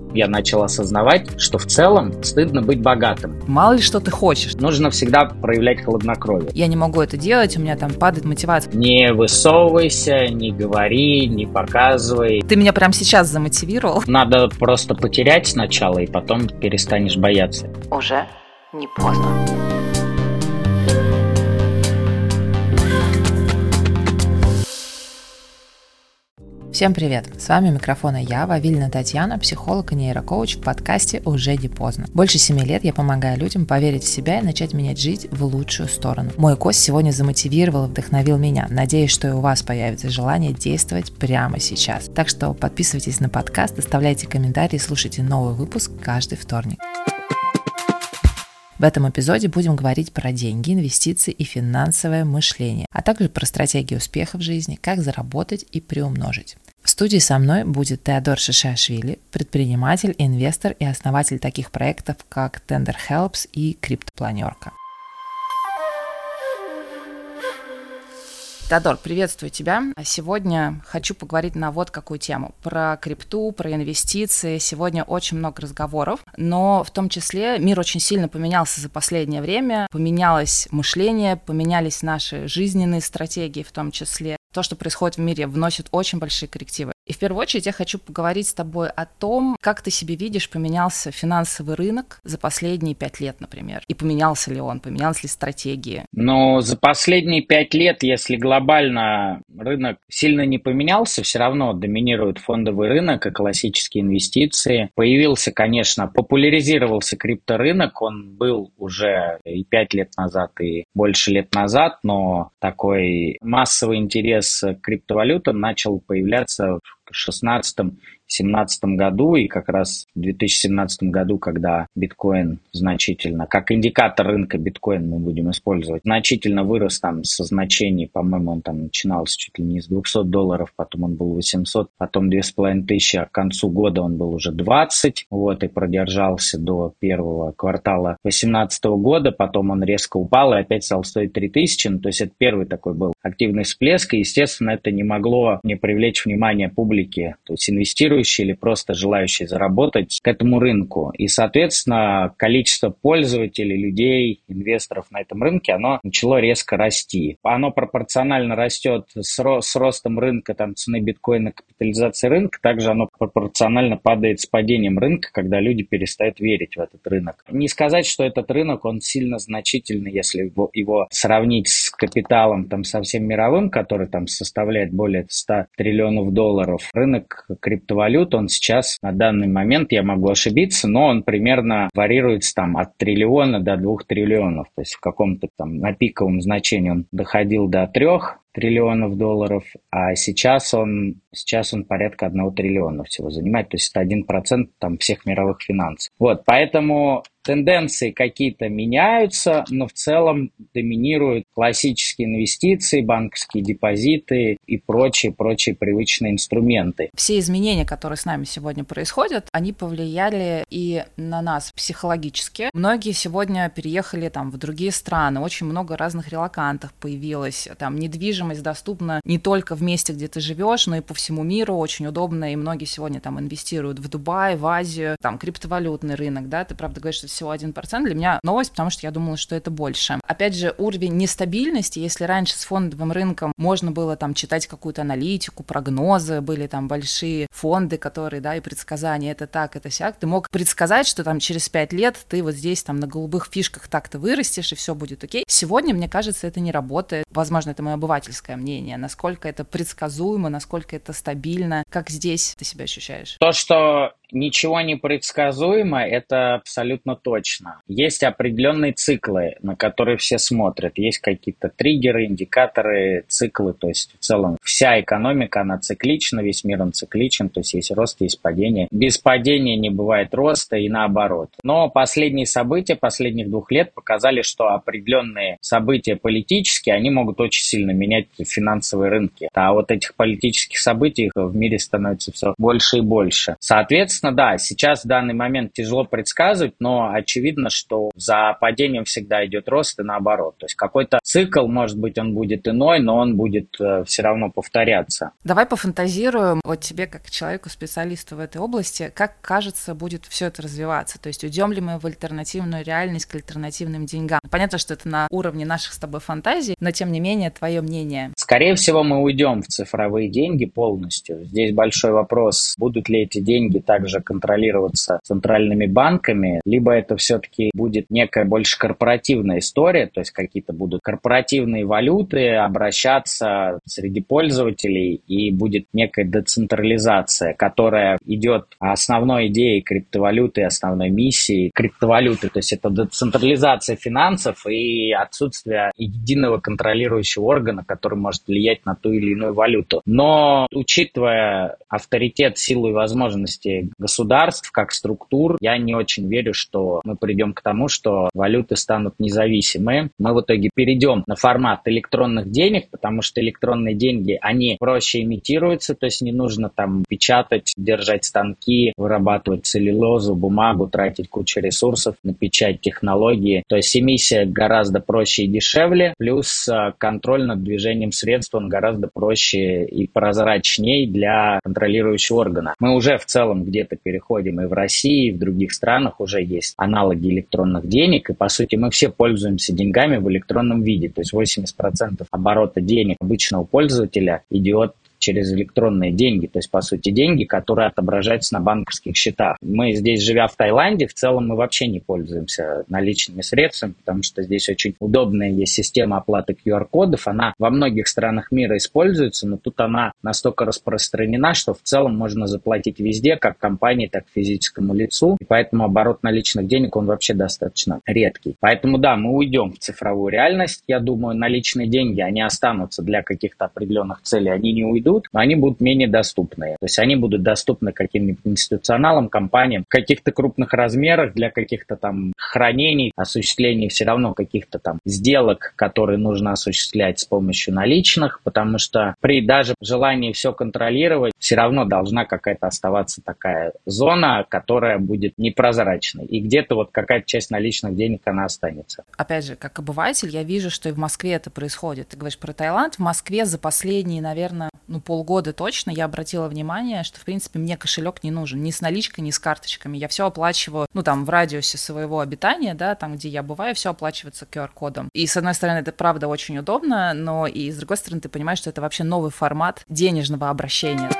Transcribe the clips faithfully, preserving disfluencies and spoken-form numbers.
Я начал осознавать, что в целом стыдно быть богатым. Мало ли что ты хочешь. Нужно всегда проявлять хладнокровие. Я не могу это делать, у меня там падает мотивация. Не высовывайся, не говори, не показывай. Ты меня прямо сейчас замотивировал. Надо просто потерять сначала, и потом перестанешь бояться. Уже не поздно. Всем привет! С вами у микрофона я, Вавильна Татьяна, психолог и нейрокоуч в подкасте «Уже не поздно». Больше семи лет я помогаю людям поверить в себя и начать менять жизнь в лучшую сторону. Мой гость сегодня замотивировал и вдохновил меня. Надеюсь, что и у вас появится желание действовать прямо сейчас. Так что подписывайтесь на подкаст, оставляйте комментарии, слушайте новый выпуск каждый вторник. В этом эпизоде будем говорить про деньги, инвестиции и финансовое мышление, а также про стратегии успеха в жизни, как заработать и приумножить. В студии со мной будет Теодор Шишашвили, предприниматель, инвестор и основатель таких проектов, как Tender Helps и Криптопланерка. Теодор, приветствую тебя. Сегодня хочу поговорить на вот какую тему. Про крипту, про инвестиции. Сегодня очень много разговоров, но в том числе мир очень сильно поменялся за последнее время. Поменялось мышление, поменялись наши жизненные стратегии в том числе. То, что происходит в мире, вносит очень большие коррективы. И в первую очередь я хочу поговорить с тобой о том, как ты себе видишь, поменялся финансовый рынок за последние пять лет, например. И поменялся ли он, поменялись ли стратегии? Но за последние пять лет, если глобально рынок сильно не поменялся, все равно доминирует фондовый рынок и классические инвестиции. Появился, конечно, популяризировался крипторынок, он был уже и пять лет назад, и больше лет назад, но такой массовый интерес к криптовалютам начал появляться в шестнадцатом-семнадцатом году, и как раз в две тысячи семнадцатом году, когда биткоин значительно, как индикатор рынка биткоин мы будем использовать, значительно вырос там со значений, по-моему, он там начинался чуть ли не с двухсот долларов, потом он был восемьсот, потом две с половиной тысячи, а к концу года он был уже двадцать, вот, и продержался до первого квартала восемнадцатого года, потом он резко упал и опять стал стоить три тысячи, ну, то есть это первый такой был активный всплеск, и, естественно, это не могло не привлечь внимание публики, то есть инвестирующие или просто желающие заработать к этому рынку. И, соответственно, количество пользователей, людей, инвесторов на этом рынке, оно начало резко расти. Оно пропорционально растет с, ро- с ростом рынка, там, цены биткоина, капитализации рынка, также оно пропорционально падает с падением рынка, когда люди перестают верить в этот рынок. Не сказать, что этот рынок, он сильно значительный, если его, его сравнить с капиталом, там, со всем мировым, который там составляет более ста триллионов долларов. Рынок криптовалют, он сейчас на данный момент, я могу ошибиться, но он примерно варьируется там от триллиона до двух триллионов. То есть в каком-то там на пиковом значении он доходил до трех триллионов долларов, а сейчас он, сейчас он порядка одного триллиона всего занимает, то есть это один процент там всех мировых финансов. Вот, поэтому тенденции какие-то меняются, но в целом доминируют классические инвестиции, банковские депозиты и прочие-прочие привычные инструменты. Все изменения, которые с нами сегодня происходят, они повлияли и на нас психологически. Многие сегодня переехали там в другие страны, очень много разных релокантов появилось, там недвижимость доступна не только в месте, где ты живешь, но и по всему миру, очень удобно, и многие сегодня там инвестируют в Дубай, в Азию, там криптовалютный рынок, да, ты правда говоришь, что всего один процент. Для меня новость, потому что я думала, что это больше. Опять же, уровень нестабильности, если раньше с фондовым рынком можно было там читать какую-то аналитику, прогнозы, были там большие фонды, которые, да, и предсказания, это так, это сяк, ты мог предсказать, что там через пять лет ты вот здесь там на голубых фишках так-то вырастешь, и все будет окей. Сегодня, мне кажется, это не работает. Возможно, это мое обывательское мнение. Насколько это предсказуемо, насколько это стабильно. Как здесь ты себя ощущаешь? То, что ничего не предсказуемо, это абсолютно точно. Есть определенные циклы, на которые все смотрят. Есть какие-то триггеры, индикаторы, циклы. То есть в целом вся экономика, она циклична, весь мир он цикличен. То есть есть рост, есть падение. Без падения не бывает роста и наоборот. Но последние события последних двух лет показали, что определенные события политические, они могут очень сильно менять финансовые рынки. А вот этих политических событий в мире становится все больше и больше. Соответственно, Соответственно, да, сейчас в данный момент тяжело предсказывать, но очевидно, что за падением всегда идет рост и наоборот. То есть какой-то цикл, может быть, он будет иной, но он будет э, все равно повторяться. Давай пофантазируем, вот тебе как человеку, специалисту в этой области, как кажется, будет все это развиваться? То есть уйдем ли мы в альтернативную реальность к альтернативным деньгам? Понятно, что это на уровне наших с тобой фантазий, но тем не менее, твое мнение. Скорее всего, мы уйдем в цифровые деньги полностью. Здесь большой вопрос, будут ли эти деньги также контролироваться центральными банками, либо это все-таки будет некая больше корпоративная история, то есть какие-то будут корпоративные валюты обращаться среди пользователей, и будет некая децентрализация, которая идет основной идеей криптовалюты, основной миссией криптовалюты, то есть это децентрализация финансов и отсутствие единого контролирующего органа, который может влиять на ту или иную валюту. Но, учитывая авторитет, силу и возможности государств как структур, я не очень верю, что мы придем к тому, что валюты станут независимы. Мы в итоге перейдем на формат электронных денег, потому что электронные деньги, они проще имитируются, то есть не нужно там печатать, держать станки, вырабатывать целлюлозу, бумагу, тратить кучу ресурсов на печать, технологии. То есть эмиссия гораздо проще и дешевле, плюс контроль над движением средств, он гораздо проще и прозрачнее для контролирующего органа. Мы уже в целом где-то переходим и в России, и в других странах уже есть аналоги электронных денег, и по сути мы все пользуемся деньгами в электронном виде, то есть восемьдесят процентов оборота денег обычного пользователя идет через электронные деньги, то есть, по сути, деньги, которые отображаются на банковских счетах. Мы здесь, живя в Таиланде, в целом мы вообще не пользуемся наличными средствами, потому что здесь очень удобная есть система оплаты ку ар-кодов, она во многих странах мира используется, но тут она настолько распространена, что в целом можно заплатить везде, как компании, так и физическому лицу, и поэтому оборот наличных денег, он вообще достаточно редкий. Поэтому, да, мы уйдем в цифровую реальность, я думаю, наличные деньги, они останутся для каких-то определенных целей, они не уйдут, но они будут менее доступные. То есть они будут доступны каким-нибудь институционалам, компаниям в каких-то крупных размерах для каких-то там хранений, осуществления все равно каких-то там сделок, которые нужно осуществлять с помощью наличных, потому что при даже желании все контролировать, все равно должна какая-то оставаться такая зона, которая будет непрозрачной. И где-то вот какая-то часть наличных денег, она останется. Опять же, как обыватель, я вижу, что и в Москве это происходит. Ты говоришь про Таиланд. В Москве за последние, наверное, ну, полгода точно я обратила внимание, что, в принципе, мне кошелек не нужен. Ни с наличкой, ни с карточками. Я все оплачиваю, ну, там, в радиусе своего обитания, да, там, где я бываю, все оплачивается ку ар-кодом. И, с одной стороны, это, правда, очень удобно, но и, с другой стороны, ты понимаешь, что это вообще новый формат денежного обращения.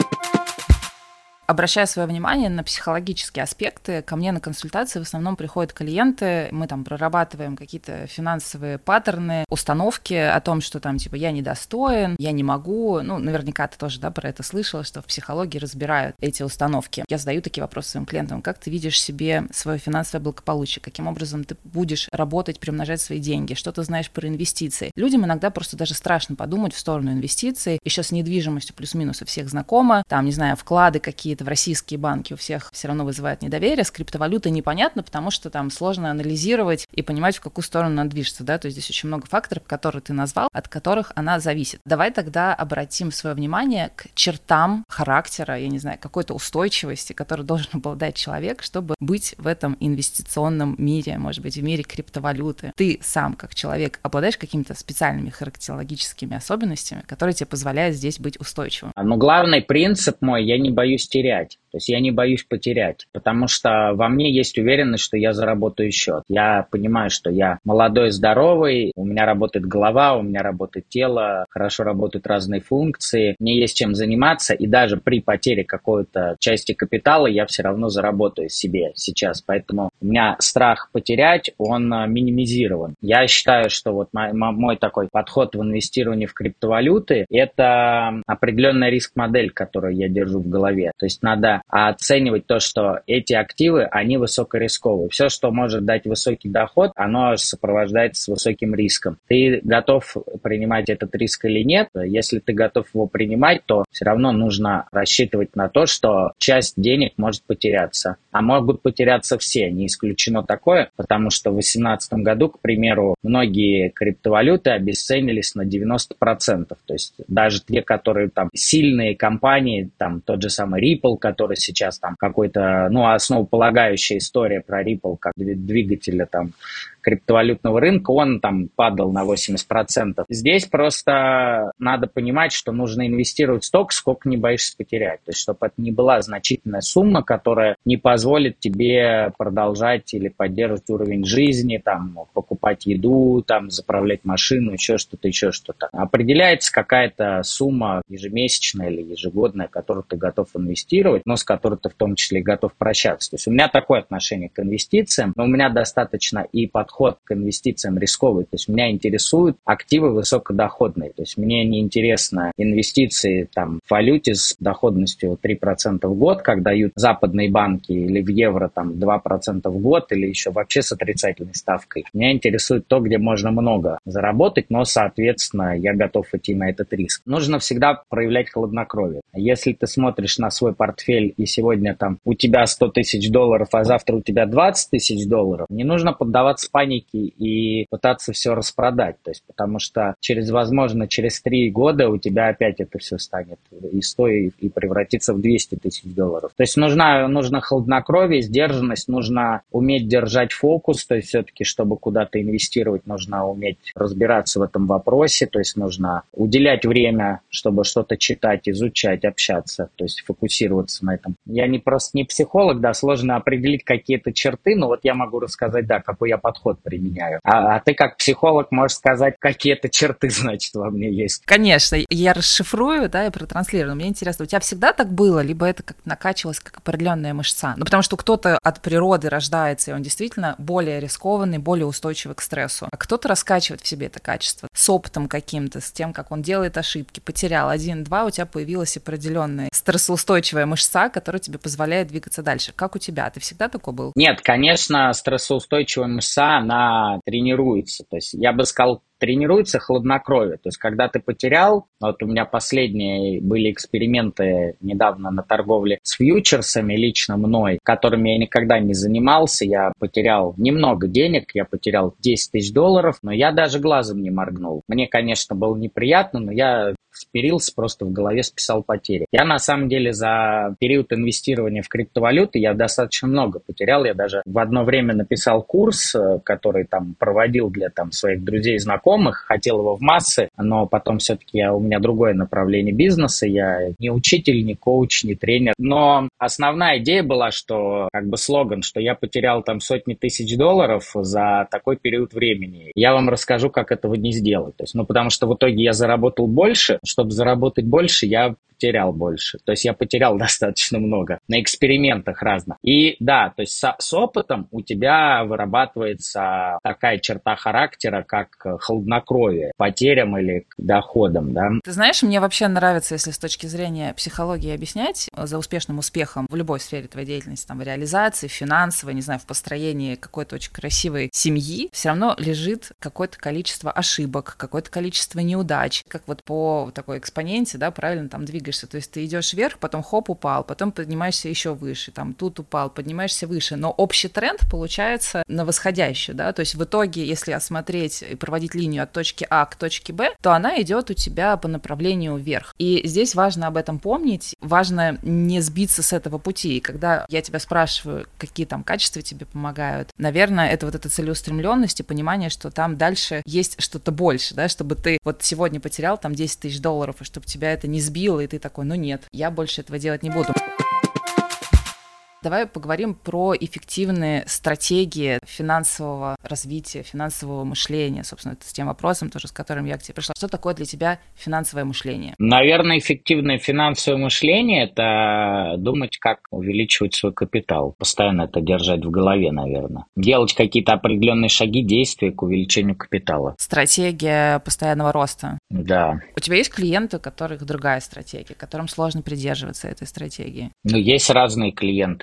Обращая свое внимание на психологические аспекты, ко мне на консультации в основном приходят клиенты, мы там прорабатываем какие-то финансовые паттерны, установки о том, что там типа я недостоин, я не могу, ну, наверняка ты тоже, да, про это слышала, что в психологии разбирают эти установки. Я задаю такие вопросы своим клиентам: как ты видишь себе свое финансовое благополучие, каким образом ты будешь работать, приумножать свои деньги, что ты знаешь про инвестиции. Людям иногда просто даже страшно подумать в сторону инвестиций, еще с недвижимостью плюс-минус у всех знакомо, там, не знаю, вклады какие-то в российские банки у всех все равно вызывает недоверие, с криптовалютой непонятно, потому что там сложно анализировать и понимать, в какую сторону она движется, да, то есть здесь очень много факторов, которые ты назвал, от которых она зависит. Давай тогда обратим свое внимание к чертам характера, я не знаю, какой-то устойчивости, которую должен обладать человек, чтобы быть в этом инвестиционном мире, может быть, в мире криптовалюты. Ты сам, как человек, обладаешь какими-то специальными характерологическими особенностями, которые тебе позволяют здесь быть устойчивым? Но главный принцип мой — я не боюсь терять. То есть я не боюсь потерять, потому что во мне есть уверенность, что я заработаю счет. Я понимаю, что я молодой, здоровый, у меня работает голова, у меня работает тело, хорошо работают разные функции, мне есть чем заниматься, и даже при потере какой-то части капитала я все равно заработаю себе сейчас. Поэтому у меня страх потерять, он минимизирован. Я считаю, что вот мой, мой такой подход в инвестировании в криптовалюты — это определенная риск-модель, которую я держу в голове. То есть надо оценивать то, что эти активы, они высокорисковые. Все, что может дать высокий доход, оно сопровождается с высоким риском. Ты готов принимать этот риск или нет? Если ты готов его принимать, то все равно нужно рассчитывать на то, что часть денег может потеряться. А могут потеряться все, не исключено такое, потому что в две тысячи восемнадцатом году, к примеру, многие криптовалюты обесценились на девяносто процентов. То есть даже те, которые там сильные компании, там тот же самый Ripple, который который сейчас там какой-то, ну, основополагающая история про Ripple как двигателя там криптовалютного рынка, он там падал на восемьдесят процентов. Здесь просто надо понимать, что нужно инвестировать столько, сколько не боишься потерять. То есть, чтобы это не была значительная сумма, которая не позволит тебе продолжать или поддерживать уровень жизни, там, покупать еду, там, заправлять машину, еще что-то, еще что-то. Определяется какая-то сумма ежемесячная или ежегодная, которую ты готов инвестировать, но с которой ты в том числе и готов прощаться. То есть у меня такое отношение к инвестициям, но у меня достаточно и подход к инвестициям рисковый. То есть меня интересуют активы высокодоходные. То есть мне не интересно инвестиции там, в валюте с доходностью три процента в год, как дают западные банки, или в евро там, два процента в год, или еще вообще с отрицательной ставкой. Меня интересует то, где можно много заработать, но, соответственно, я готов идти на этот риск. Нужно всегда проявлять хладнокровие. Если ты смотришь на свой портфель, и сегодня там у тебя сто тысяч долларов, а завтра у тебя двадцать тысяч долларов, не нужно поддаваться панике и пытаться все распродать. То есть, потому что через, возможно, через три года у тебя опять это все станет и сто, и, и превратится в двести тысяч долларов. То есть нужна, нужно хладнокровие, сдержанность, нужно уметь держать фокус, то есть все-таки, чтобы куда-то инвестировать, нужно уметь разбираться в этом вопросе, то есть нужно уделять время, чтобы что-то читать, изучать, общаться, то есть фокусироваться на этом. Я не просто не психолог, да, сложно определить какие-то черты, но вот я могу рассказать, да, какой я подход применяю. А, а ты как психолог можешь сказать, какие-то черты, значит, во мне есть. Конечно, я расшифрую, да, и протранслирую. Мне интересно, у тебя всегда так было, либо это как накачивалось как определенная мышца? Ну, потому что кто-то от природы рождается, и он действительно более рискованный, более устойчивый к стрессу. А кто-то раскачивает в себе это качество с опытом каким-то, с тем, как он делает ошибки, потерял один-два, у тебя появилась определенная стрессоустойчивая мышца, которая тебе позволяет двигаться дальше. Как у тебя? Ты всегда такой был? Нет, конечно, стрессоустойчивая мышца, она тренируется. То есть я бы сказал, тренируется хладнокровие. То есть когда ты потерял, вот у меня последние были эксперименты недавно на торговле с фьючерсами лично мной, которыми я никогда не занимался. Я потерял немного денег, я потерял десять тысяч долларов, но я даже глазом не моргнул. Мне, конечно, было неприятно, но я спирился, просто в голове списал потери. Я, на самом деле, за период инвестирования в криптовалюты я достаточно много потерял. Я даже в одно время написал курс, который там проводил для там, своих друзей и знакомых, хотел его в массы, но потом все-таки я, у меня другое направление бизнеса. Я не учитель, не коуч, не тренер. Но основная идея была, что как бы слоган, что я потерял там сотни тысяч долларов за такой период времени. Я вам расскажу, как этого не сделать. То есть, ну, потому что в итоге я заработал больше. Чтобы заработать больше, я потерял больше. То есть я потерял достаточно много на экспериментах разных. И да, то есть с, с опытом у тебя вырабатывается такая черта характера, как хладнокровие, потерям или доходам, да. Ты знаешь, мне вообще нравится, если с точки зрения психологии объяснять, за успешным успехом в любой сфере твоей деятельности, там, в реализации, в финансовой, не знаю, в построении какой-то очень красивой семьи, все равно лежит какое-то количество ошибок, какое-то количество неудач, как вот по такой экспоненте, да, правильно там двигаешься. То есть ты идешь вверх, потом хоп, упал, потом поднимаешься еще выше, там тут упал, поднимаешься выше, но общий тренд получается на восходящую, да, то есть в итоге, если осмотреть и проводить линию от точки А к точке Б, то она идет у тебя по направлению вверх. И здесь важно об этом помнить, важно не сбиться с этого пути. И когда я тебя спрашиваю, какие там качества тебе помогают, наверное, это вот эта целеустремленность и понимание, что там дальше есть что-то больше, да, чтобы ты вот сегодня потерял там десять тысяч долларов, и чтобы тебя это не сбило, и ты такой, ну нет, я больше этого делать не буду. Давай поговорим про эффективные стратегии финансового развития, финансового мышления. Собственно, это с тем вопросом тоже, с которым я к тебе пришла. Что такое для тебя финансовое мышление? Наверное, эффективное финансовое мышление – это думать, как увеличивать свой капитал. Постоянно это держать в голове, наверное. Делать какие-то определенные шаги, действия к увеличению капитала. Стратегия постоянного роста. Да. У тебя есть клиенты, у которых другая стратегия, которым сложно придерживаться этой стратегии? Ну, есть разные клиенты.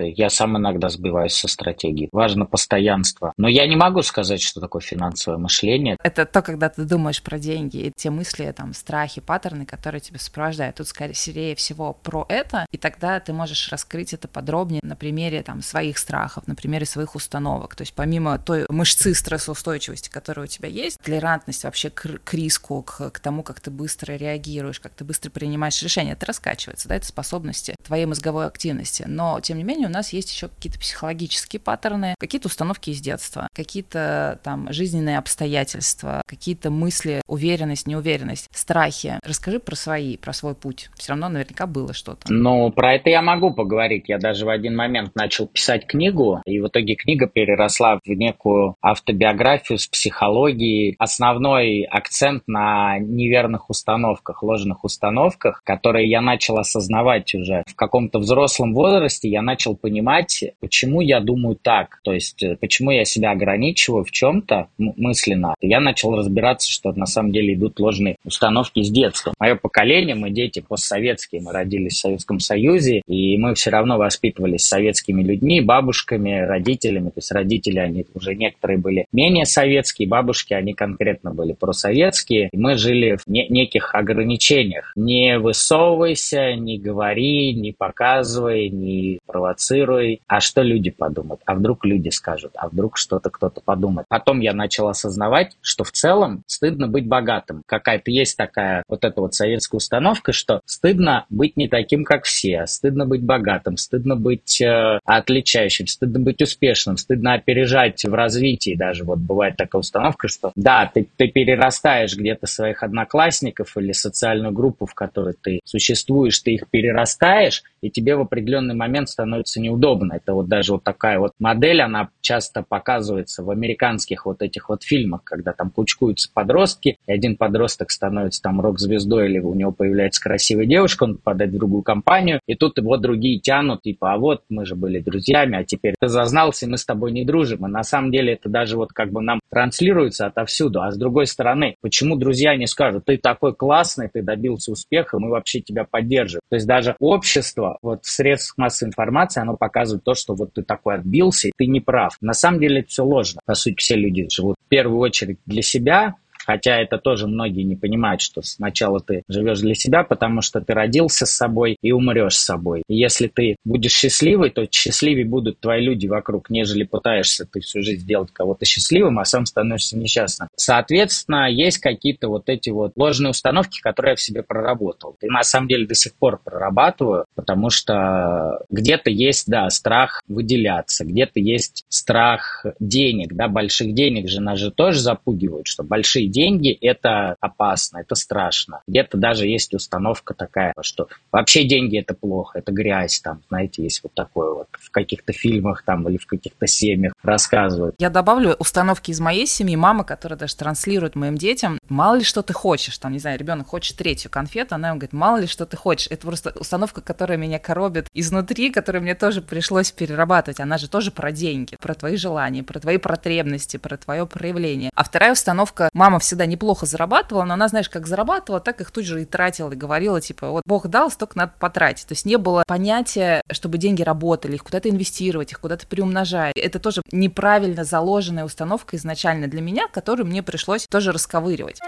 я сам иногда сбиваюсь со стратегии. Важно постоянство. Но я не могу сказать, что такое финансовое мышление. Это то, когда ты думаешь про деньги, и те мысли, там, страхи, паттерны, которые тебя сопровождают. Тут скорее всего про это, и тогда ты можешь раскрыть это подробнее на примере там, своих страхов, на примере своих установок. То есть помимо той мышцы стрессоустойчивости, которая у тебя есть, толерантность вообще к, к риску, к, к тому, как ты быстро реагируешь, как ты быстро принимаешь решения, это раскачивается, да, это способности твоей мозговой активности. Но, тем не менее, у нас есть еще какие-то психологические паттерны, какие-то установки из детства, какие-то там жизненные обстоятельства, какие-то мысли, уверенность, неуверенность, страхи. Расскажи про свои, про свой путь. Все равно наверняка было что-то. Ну, про это я могу поговорить. Я даже в один момент начал писать книгу, и в итоге книга переросла в некую автобиографию с психологией. Основной акцент на неверных установках, ложных установках, которые я начал осознавать уже в каком-то взрослом возрасте. Я начал понимать, почему я думаю так, то есть почему я себя ограничиваю в чем-то мысленно. Я начал разбираться, что на самом деле идут ложные установки с детства. Мое поколение, мы дети постсоветские, мы родились в Советском Союзе, и мы все равно воспитывались советскими людьми, бабушками, родителями. То есть родители, они уже некоторые были менее советские, бабушки, они конкретно были просоветские. И мы жили в не- неких ограничениях. Не высовывайся, не говори, не показывай, не провоцируй. А что люди подумают? А вдруг люди скажут? А вдруг что-то кто-то подумает? Потом я начал осознавать, что в целом стыдно быть богатым. Какая-то есть такая вот эта вот советская установка, что стыдно быть не таким, как все, стыдно быть богатым, стыдно быть э, отличающим, стыдно быть успешным, стыдно опережать в развитии даже. Вот бывает такая установка, что да, ты, ты перерастаешь где-то своих одноклассников или социальную группу, в которой ты существуешь, ты их перерастаешь, и тебе в определенный момент становится неудобно. Это вот даже вот такая вот модель, она часто показывается в американских вот этих вот фильмах, когда там кучкуются подростки, и один подросток становится там рок-звездой, или у него появляется красивая девушка, он попадает в другую компанию, и тут его другие тянут, типа, а вот мы же были друзьями, а теперь ты зазнался, и мы с тобой не дружим. И на самом деле это даже вот как бы нам транслируется отовсюду. А с другой стороны, почему друзья не скажут, ты такой классный, ты добился успеха, мы вообще тебя поддерживаем. То есть даже общество вот в средствах массовой информации, оно показывает то, что вот ты такой отбился, и ты не прав. На самом деле это все ложно. По сути, все люди живут в первую очередь для себя, хотя это тоже многие не понимают, что сначала ты живешь для себя, потому что ты родился с собой и умрешь с собой. И если ты будешь счастливый, то счастливее будут твои люди вокруг, нежели пытаешься ты всю жизнь сделать кого-то счастливым, а сам становишься несчастным. Соответственно, есть какие-то вот эти вот ложные установки, которые я в себе проработал. И на самом деле до сих пор прорабатываю, потому что где-то есть, да, страх выделяться, где-то есть страх денег, да, больших денег же нас же тоже запугивают, что большие деньги Деньги – это опасно, это страшно. Где-то даже есть установка такая, что вообще деньги – это плохо, это грязь. Там, знаете, есть вот такое вот в каких-то фильмах там, или в каких-то семьях рассказывают. Я добавлю установки из моей семьи. Мама, которая даже транслирует моим детям, мало ли что ты хочешь. Там, не знаю, ребенок хочет третью конфету, она ему говорит, мало ли что ты хочешь. Это просто установка, которая меня коробит изнутри, которую мне тоже пришлось перерабатывать. Она же тоже про деньги, про твои желания, про твои потребности, про твое проявление. А вторая установка – мама всегда неплохо зарабатывала, но она, знаешь, как зарабатывала, так их тут же и тратила, и говорила, типа, вот Бог дал, столько надо потратить. То есть не было понятия, чтобы деньги работали, их куда-то инвестировать, их куда-то приумножать. Это тоже неправильно заложенная установка изначально для меня, которую мне пришлось тоже расковыривать.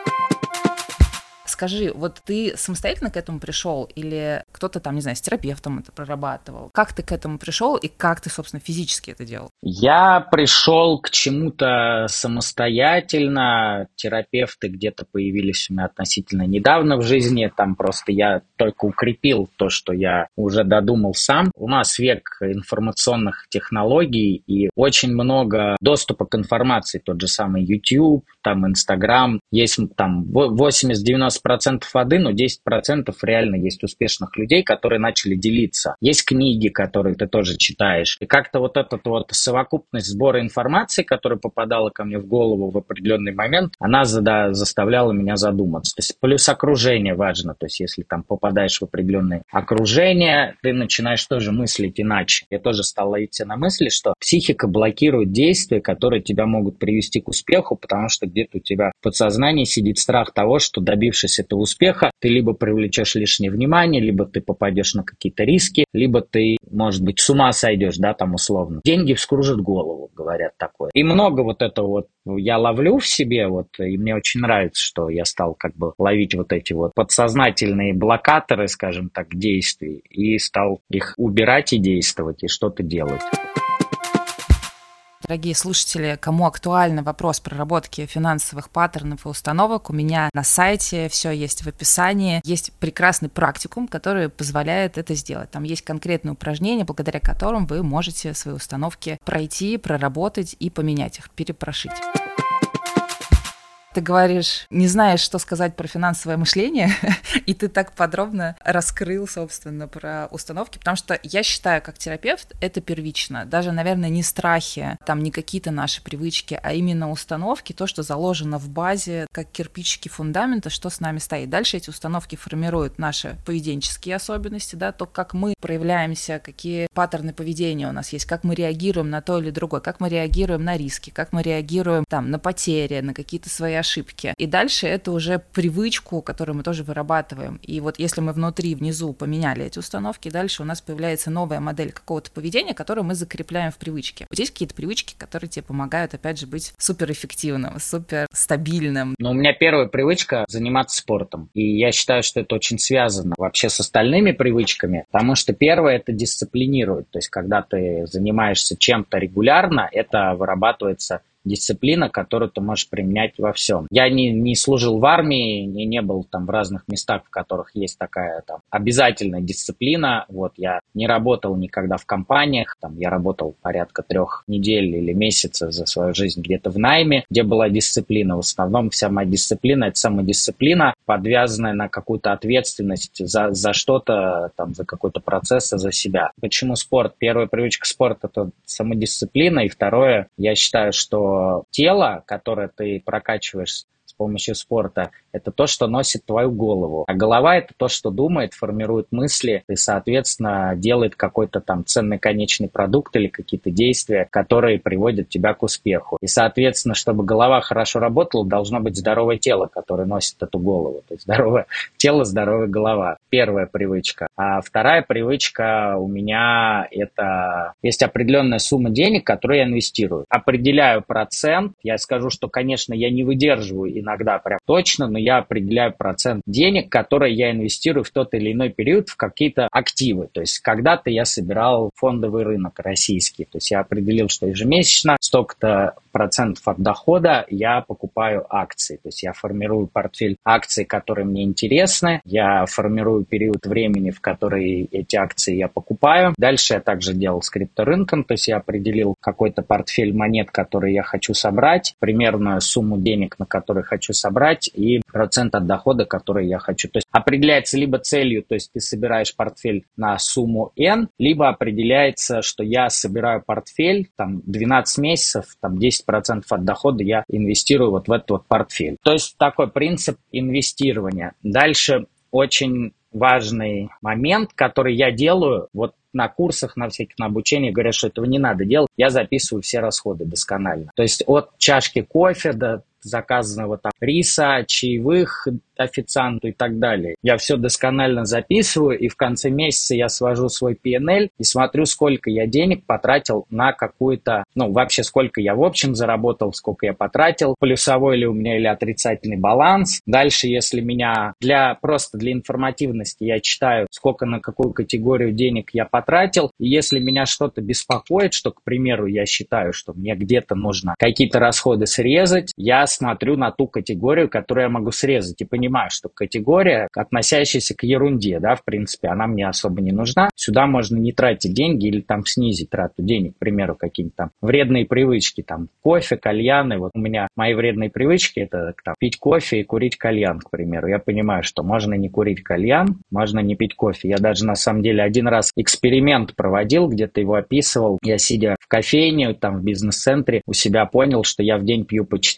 Скажи, вот ты самостоятельно к этому пришел или кто-то там, не знаю, с терапевтом это прорабатывал? Как ты к этому пришел и как ты, собственно, физически это делал? Я пришел к чему-то самостоятельно. Терапевты где-то появились у меня относительно недавно в жизни. Там просто я только укрепил то, что я уже додумал сам. У нас век информационных технологий и очень много доступа к информации. Тот же самый YouTube, там Instagram. Есть там восемьдесят-девяносто процентов воды, но десять процентов реально есть успешных людей, которые начали делиться. Есть книги, которые ты тоже читаешь. И как-то вот эта вот совокупность сбора информации, которая попадала ко мне в голову в определенный момент, она зада- заставляла меня задуматься. То есть плюс окружение важно. То есть если там попадаешь в определенное окружение, ты начинаешь тоже мыслить иначе. Я тоже стал ловить себя на мысли, что психика блокирует действия, которые тебя могут привести к успеху, потому что где-то у тебя в подсознании сидит страх того, что добившись добьешься ты успеха, ты либо привлечешь лишнее внимание, либо ты попадешь на какие-то риски, либо ты, может быть, с ума сойдешь, да, там условно. Деньги вскружат голову, говорят такое. И много вот этого вот я ловлю в себе, вот, и мне очень нравится, что я стал как бы ловить вот эти вот подсознательные блокаторы, скажем так, действий, и стал их убирать и действовать, и что-то делать. Дорогие слушатели, кому актуальный вопрос проработки финансовых паттернов и установок, у меня на сайте все есть в описании. Есть прекрасный практикум, который позволяет это сделать. Там есть конкретные упражнения, благодаря которым вы можете свои установки пройти, проработать и поменять их, перепрошить. Ты говоришь, не знаешь, что сказать про финансовое мышление, и ты так подробно раскрыл, собственно, про установки, потому что я считаю, как терапевт, это первично. Даже, наверное, не страхи, там не какие-то наши привычки, а именно установки, то, что заложено в базе, как кирпичики фундамента, что с нами стоит. Дальше эти установки формируют наши поведенческие особенности, да, то, как мы проявляемся, какие паттерны поведения у нас есть, как мы реагируем на то или другое, как мы реагируем на риски, как мы реагируем там, на потери, на какие-то свои ошибки. И дальше это уже привычку, которую мы тоже вырабатываем. И вот если мы внутри, внизу поменяли эти установки, дальше у нас появляется новая модель какого-то поведения, которую мы закрепляем в привычке. Вот есть какие-то привычки, которые тебе помогают, опять же, быть суперэффективным, суперстабильным. Но у меня первая привычка — заниматься спортом. И я считаю, что это очень связано вообще с остальными привычками, потому что первое — это дисциплинирует. То есть, когда ты занимаешься чем-то регулярно, это вырабатывается дисциплина, которую ты можешь применять во всем. Я не, не служил в армии, не, не был там в разных местах, в которых есть такая там обязательная дисциплина. Вот я не работал никогда в компаниях, там я работал порядка трех недель или месяцев за свою жизнь где-то в найме, где была дисциплина. В основном вся моя дисциплина — это самодисциплина, подвязанная на какую-то ответственность за, за что-то, там, за какой-то процесс, за себя. Почему спорт? Первая привычка спорта — это самодисциплина, и второе, я считаю, что тело, которое ты прокачиваешь с помощью спорта, это то, что носит твою голову. А голова — это то, что думает, формирует мысли и, соответственно, делает какой-то там ценный конечный продукт или какие-то действия, которые приводят тебя к успеху. И, соответственно, чтобы голова хорошо работала, должно быть здоровое тело, которое носит эту голову. То есть здоровое тело, здоровая голова. Первая привычка. А вторая привычка у меня — это есть определенная сумма денег, которую я инвестирую. Определяю процент. Я скажу, что, конечно, я не выдерживаю иногда прям точно, но я определяю процент денег, которые я инвестирую в тот или иной период в какие-то активы. То есть когда-то я собирал фондовый рынок российский. То есть я определил, что ежемесячно столько-то процентов от дохода я покупаю акции. То есть я формирую портфель акций, которые мне интересны. Я формирую период времени, в который эти акции я покупаю. Дальше я также делал с крипторынком. То есть я определил какой-то портфель монет, которые я хочу собрать, примерную сумму денег, на которые хочу собрать, и процент от дохода, который я хочу. То есть определяется либо целью, то есть ты собираешь портфель на сумму N, либо определяется, что я собираю портфель, там, двенадцать месяцев, там, десять процентов от дохода я инвестирую вот в этот вот портфель. То есть такой принцип инвестирования. Дальше очень важный момент, который я делаю, вот на курсах, на всяких, на обучении говорят, что этого не надо делать, я записываю все расходы досконально. То есть от чашки кофе до заказанного там риса, чаевых официанту и так далее. Я все досконально записываю, и в конце месяца я свожу свой пи эн эл и смотрю, сколько я денег потратил на какую-то, ну, вообще сколько я в общем заработал, сколько я потратил, плюсовой ли у меня или отрицательный баланс. Дальше, если меня для, просто для информативности я читаю, сколько на какую категорию денег я потратил, и если меня что-то беспокоит, что, к примеру, я считаю, что мне где-то нужно какие-то расходы срезать, я смотрю на ту категорию, которую я могу срезать, и понимаю, что категория, относящаяся к ерунде, да, в принципе, она мне особо не нужна. Сюда можно не тратить деньги или там снизить трату денег, к примеру, какие-нибудь там вредные привычки, там кофе, кальяны. Вот у меня мои вредные привычки — это там, пить кофе и курить кальян, к примеру. Я понимаю, что можно не курить кальян, можно не пить кофе. Я даже на самом деле один раз эксперимент проводил, где-то его описывал. Я, сидя в кофейне, там в бизнес-центре, у себя понял, что я в день пью по четыре чашки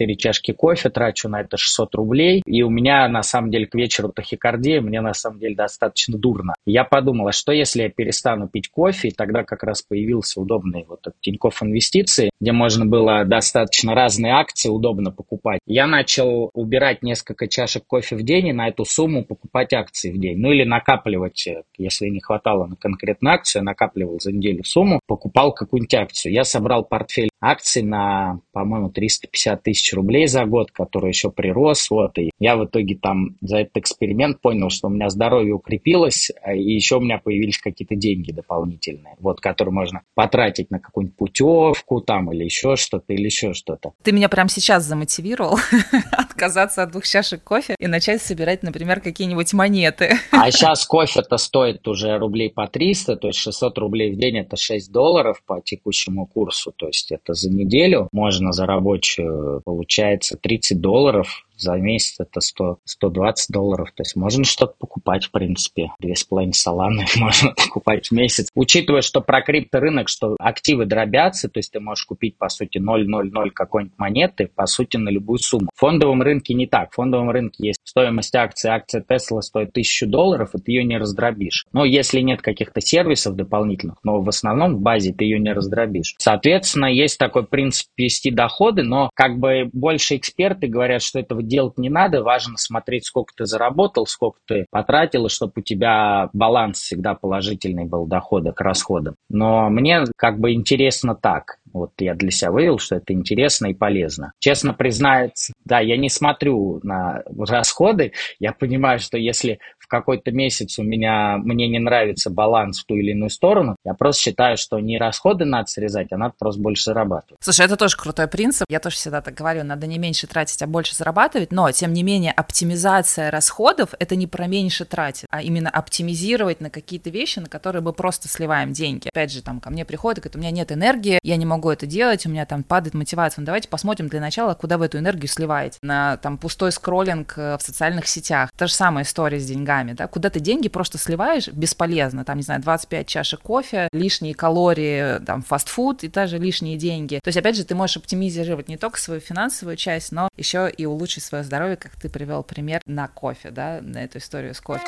чашки кофе, трачу на это шестьсот рублей, и у меня на самом деле к вечеру тахикардия, мне на самом деле достаточно дурно. Я подумал, а что если я перестану пить кофе, и тогда как раз появился удобный вот этот Тинькофф Инвестиции, где можно было достаточно разные акции удобно покупать. Я начал убирать несколько чашек кофе в день и на эту сумму покупать акции в день. Ну или накапливать, если не хватало на конкретную акцию, я накапливал за неделю сумму, покупал какую-нибудь акцию. Я собрал портфель акций на, по-моему, триста пятьдесят тысяч рублей за год, который еще прирос. Вот, и я в итоге там за этот эксперимент понял, что у меня здоровье укрепилось, и еще у меня появились какие-то деньги дополнительные, вот, которые можно потратить на какую-нибудь путевку там или еще что-то, или еще что-то. Ты меня прямо сейчас замотивировал отказаться от двух чашек кофе и начать собирать, например, какие-нибудь монеты. А сейчас кофе-то стоит уже рублей по триста, то есть шестьсот рублей в день – это шесть долларов по текущему курсу, то есть это за неделю можно за рабочую, получается, тридцать долларов. За месяц это сто, сто двадцать долларов. То есть можно что-то покупать, в принципе. Две с половиной саланы можно покупать в месяц. Учитывая, что про крипторынок, что активы дробятся, то есть ты можешь купить, по сути, ноль ноль ноль какой-нибудь монеты, по сути, на любую сумму. В фондовом рынке не так. В фондовом рынке есть стоимость акции. Акция Tesla стоит тысячу долларов, и ты ее не раздробишь. Но если нет каких-то сервисов дополнительных, но в основном в базе ты ее не раздробишь. Соответственно, есть такой принцип вести доходы, но как бы больше эксперты говорят, что этого делать не надо, важно смотреть, сколько ты заработал, сколько ты потратил, и чтобы у тебя баланс всегда положительный был дохода к расходам. Но мне как бы интересно так. Вот я для себя вывел, что это интересно и полезно. Честно признаться, да, я не смотрю на расходы. Я понимаю, что если в какой-то месяц у меня, мне не нравится баланс в ту или иную сторону, я просто считаю, что не расходы надо срезать, а надо просто больше зарабатывать. Слушай, это тоже крутой принцип. Я тоже всегда так говорю, надо не меньше тратить, а больше зарабатывать. Но, тем не менее, оптимизация расходов – это не про меньше тратить, а именно оптимизировать на какие-то вещи, на которые мы просто сливаем деньги. Опять же, там ко мне приходят и говорят, у меня нет энергии, я не могу это делать, у меня там падает мотивация. Ну, давайте посмотрим для начала, куда вы эту энергию сливаете. На там пустой скроллинг в социальных сетях. Та же самая история с деньгами, да, куда ты деньги просто сливаешь бесполезно. Там, не знаю, двадцать пять чашек кофе, лишние калории, там, фастфуд и даже лишние деньги. То есть, опять же, ты можешь оптимизировать не только свою финансовую часть, но еще и улучшить свое здоровье, как ты привел пример на кофе, да, на эту историю с кофе.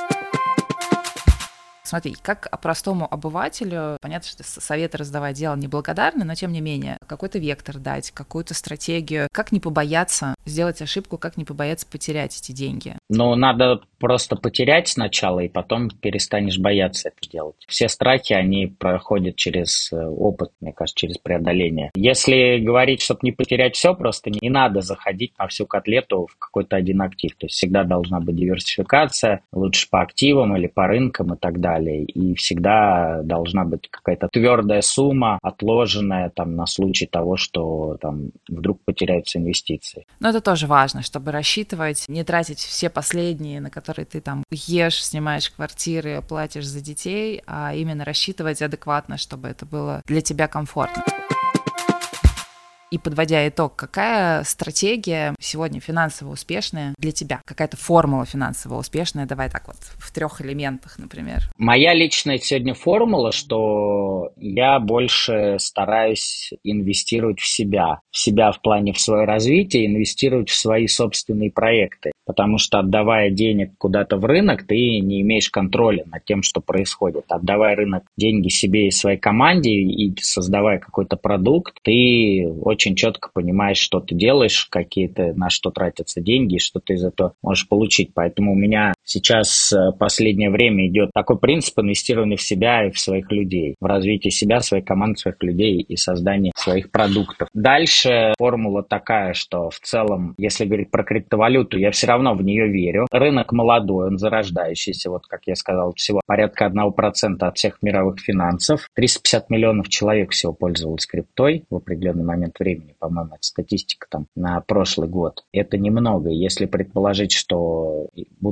Смотри, как простому обывателю, понятно, что советы раздавать дело неблагодарное, но тем не менее, какой-то вектор дать, какую-то стратегию, как не побояться сделать ошибку, как не побояться потерять эти деньги? Ну, надо просто потерять сначала, и потом перестанешь бояться это делать. Все страхи, они проходят через опыт, мне кажется, через преодоление. Если говорить, чтобы не потерять все, просто не надо заходить на всю котлету в какой-то один актив. То есть всегда должна быть диверсификация, лучше по активам или по рынкам и так далее. И всегда должна быть какая-то твердая сумма, отложенная там на случай того, что там вдруг потеряются инвестиции. Но это тоже важно, чтобы рассчитывать, не тратить все последние, на которые ты там ешь, снимаешь квартиры, платишь за детей, а именно рассчитывать адекватно, чтобы это было для тебя комфортно. И подводя итог, какая стратегия сегодня финансово успешная для тебя? Какая-то формула финансово успешная? Давай так вот, в трех элементах, например. Моя личная сегодня формула, что я больше стараюсь инвестировать в себя. В себя в плане в свое развитие, инвестировать в свои собственные проекты. Потому что, отдавая денег куда-то в рынок, ты не имеешь контроля над тем, что происходит. Отдавая рынок деньги себе и своей команде и создавая какой-то продукт, ты очень четко понимаешь, что ты делаешь, какие-то, на что тратятся деньги, и что ты из этого можешь получить. Поэтому у меня сейчас в последнее время идет такой принцип инвестирования в себя и в своих людей, в развитие себя, своей команды, своих людей и создание своих продуктов. Дальше формула такая, что в целом, если говорить про криптовалюту, я все равно в нее верю. Рынок молодой, он зарождающийся, вот как я сказал, всего порядка одного процента от всех мировых финансов. триста пятьдесят миллионов человек всего пользовалось криптой в определенный момент времени, по-моему, это статистика там на прошлый год. Это немного. Если предположить, что будут пользоваться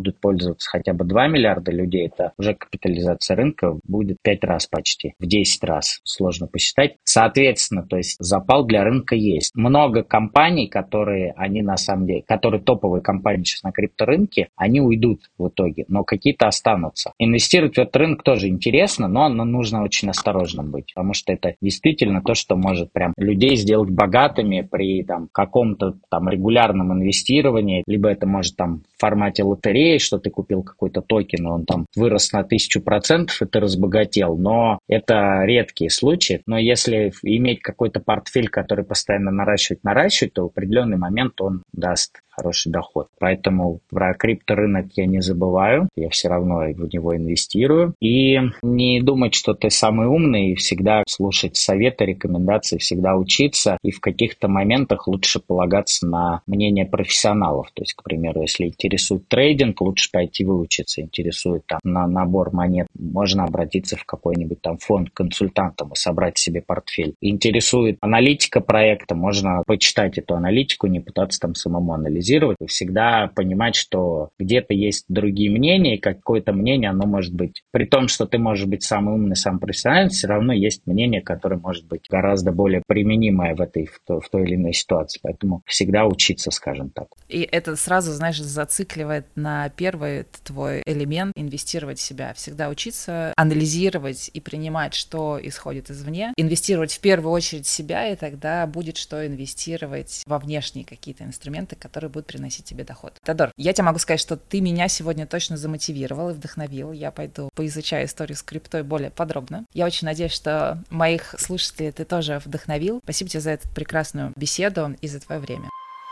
пользоваться хотя бы два миллиарда людей, это уже капитализация рынка будет пять раз почти, в десять раз, сложно посчитать. Соответственно, то есть запал для рынка есть. Много компаний, которые, они на самом деле, которые топовые компании сейчас на крипторынке, они уйдут в итоге, но какие-то останутся. Инвестировать в этот рынок тоже интересно, но нужно очень осторожно быть, потому что это действительно то, что может прям людей сделать богатыми при там каком-то там регулярном инвестировании, либо это может там в формате лотереи, что ты купил какой-то токен, и он там вырос на тысячу процентов, и ты разбогател, но это редкие случаи. Но если иметь какой-то портфель, который постоянно наращивать, наращивать, то в определенный момент он даст хороший доход. Поэтому про крипторынок я не забываю, я все равно в него инвестирую. И не думать, что ты самый умный, и всегда слушать советы, рекомендации, всегда учиться. И в каких-то моментах лучше полагаться на мнение профессионалов. То есть, к примеру, если интересует трейдинг, лучше пойти выучиться. Интересует там на набор монет, можно обратиться в какой-нибудь там фонд к консультантам и собрать себе портфель. Интересует аналитика проекта, можно почитать эту аналитику, не пытаться там самому анализировать. И всегда понимать, что где-то есть другие мнения, и какое-то мнение, оно может быть, при том, что ты можешь быть самый умный, самый профессиональный, все равно есть мнение, которое может быть гораздо более применимое в этой, в той, в той или иной ситуации. Поэтому всегда учиться, скажем так. И это сразу, знаешь, зацикливает на первый твой элемент — инвестировать в себя. Всегда учиться, анализировать и принимать, что исходит извне. Инвестировать в первую очередь в себя, и тогда будет что инвестировать во внешние какие-то инструменты, которые будут приносить тебе доход. Теодор, я тебе могу сказать, что ты меня сегодня точно замотивировал и вдохновил. Я пойду поизучаю историю с криптой более подробно. Я очень надеюсь, что моих слушателей ты тоже вдохновил. Спасибо тебе за эту прекрасную беседу и за твое время.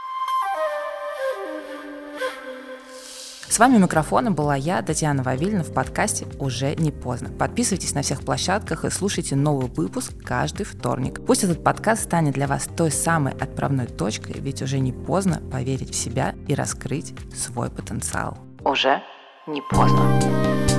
С вами у микрофона была я, Татьяна Вавильна, в подкасте «Уже не поздно». Подписывайтесь на всех площадках и слушайте новый выпуск каждый вторник. Пусть этот подкаст станет для вас той самой отправной точкой, ведь уже не поздно поверить в себя и раскрыть свой потенциал. Уже не поздно.